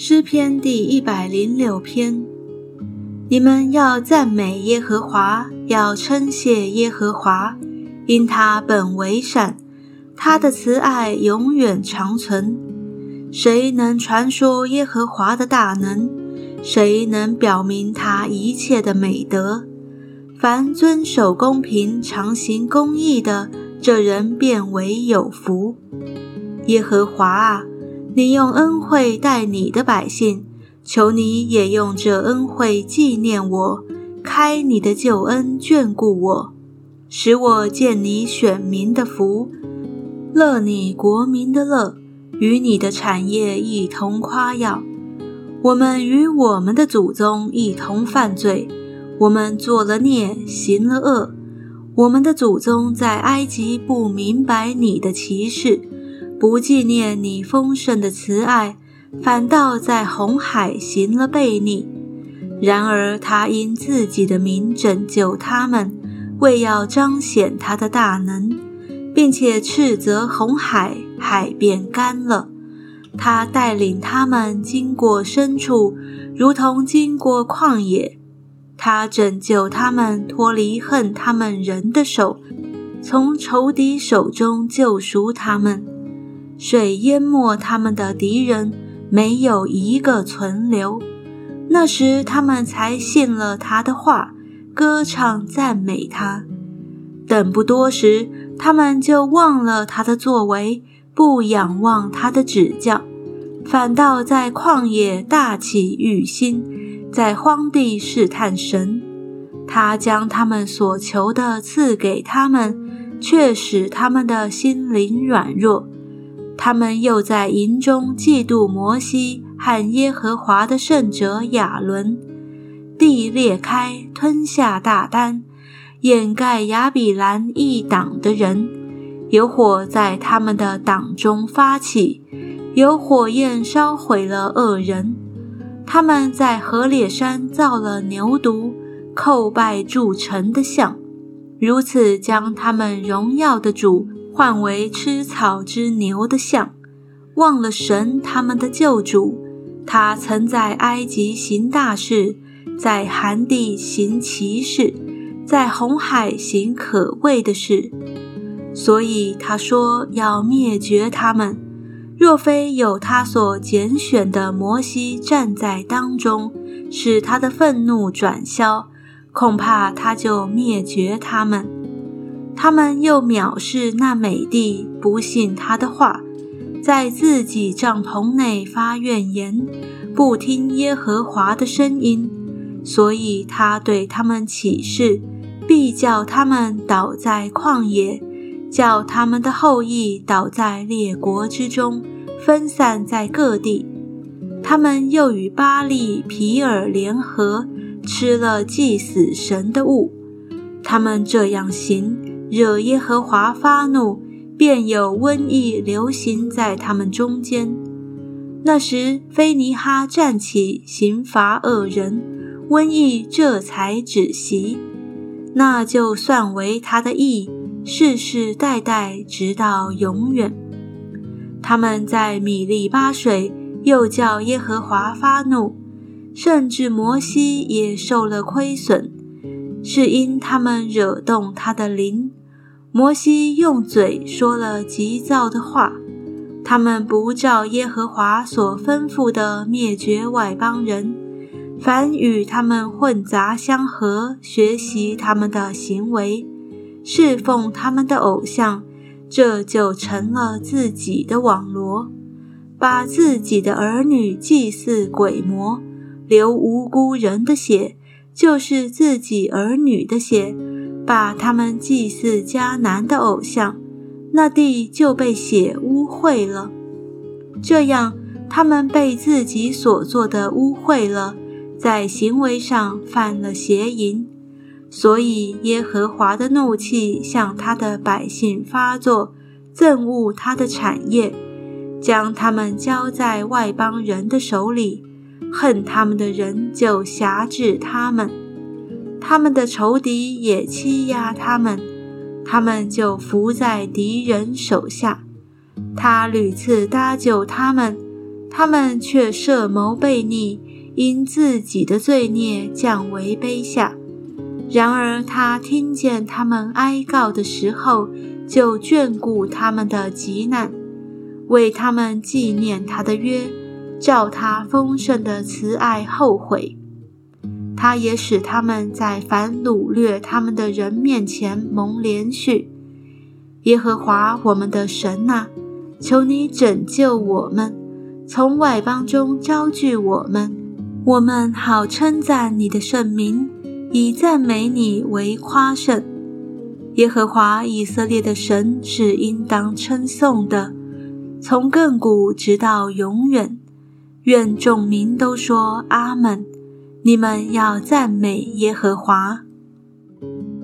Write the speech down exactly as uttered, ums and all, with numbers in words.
诗篇第一百零六篇。你们要赞美耶和华，要称谢耶和华，因他本为善，他的慈爱永远长存。谁能传说耶和华的大能？谁能表明他一切的美德？凡遵守公平、常行公义的，这人便为有福。耶和华啊，你用恩惠待你的百姓，求你也用这恩惠纪念我，开你的救恩眷顾我，使我见你选民的福，乐你国民的乐，与你的产业一同夸耀。我们与我们的祖宗一同犯罪，我们做了孽，行了恶。我们的祖宗在埃及不明白你的奇事，不纪念你丰盛的慈爱，反倒在红海行了悖逆。然而他因自己的名拯救他们，为要彰显他的大能，并且斥责红海，海便干了。他带领他们经过深处，如同经过旷野。他拯救他们脱离恨他们人的手，从仇敌手中救赎他们。水淹没他们的敌人，没有一个存留。那时他们才信了他的话，歌唱赞美他。等不多时，他们就忘了他的作为，不仰望他的指教，反倒在旷野大起欲心，在荒地试探神。他将他们所求的赐给他们，却使他们的心灵软弱。他们又在营中嫉妒摩西和耶和华的圣者亚伦。地裂开，吞下大丹，掩盖亚比兰一党的人。有火在他们的党中发起，有火焰烧毁了恶人。他们在何烈山造了牛犊，叩拜铸成的像，如此将他们荣耀的主换为吃草之牛的像，忘了神他们的救主。他曾在埃及行大事，在含地行奇事，在红海行可畏的事。所以他说要灭绝他们，若非有他所拣选的摩西站在当中，使他的愤怒转消，恐怕他就灭绝他们。他们又藐视那美地，不信他的话，在自己帐篷内发怨言，不听耶和华的声音。所以他对他们起誓，必叫他们倒在旷野，叫他们的后裔倒在列国之中，分散在各地。他们又与巴力、毗尔联合，吃了祭死神的物。他们这样行，惹耶和华发怒，便有瘟疫流行在他们中间。那时非尼哈站起刑罚恶人，瘟疫这才止息。那就算为他的义，世世代代直到永远。他们在米利巴水又叫耶和华发怒，甚至摩西也受了亏损，是因他们惹动他的灵。摩西用嘴说了急躁的话，他们不照耶和华所吩咐的灭绝外邦人，反与他们混杂相合，学习他们的行为，侍奉他们的偶像，这就成了自己的网罗，把自己的儿女祭祀鬼魔，流无辜人的血，就是自己儿女的血，把他们祭祀迦南的偶像，那地就被血污秽了。这样他们被自己所做的污秽了，在行为上犯了邪淫。所以耶和华的怒气向他的百姓发作，憎恶他的产业，将他们交在外邦人的手里，恨他们的人就辖制他们，他们的仇敌也欺压他们，他们就伏在敌人手下。他屡次搭救他们， 他们却设谋悖逆，因自己的罪孽降为卑下。然而他听见他们哀告的时候，就眷顾他们的急难，为他们纪念他的约，照他丰盛的慈爱后悔。他也使他们在凡掳掠他们的人面前蒙连续。耶和华我们的神啊，求你拯救我们，从外邦中招聚我们，我们好称赞你的圣名，以赞美你为夸胜。耶和华以色列的神是应当称颂的，从亘古直到永远。愿众民都说阿们。你们要赞美耶和华。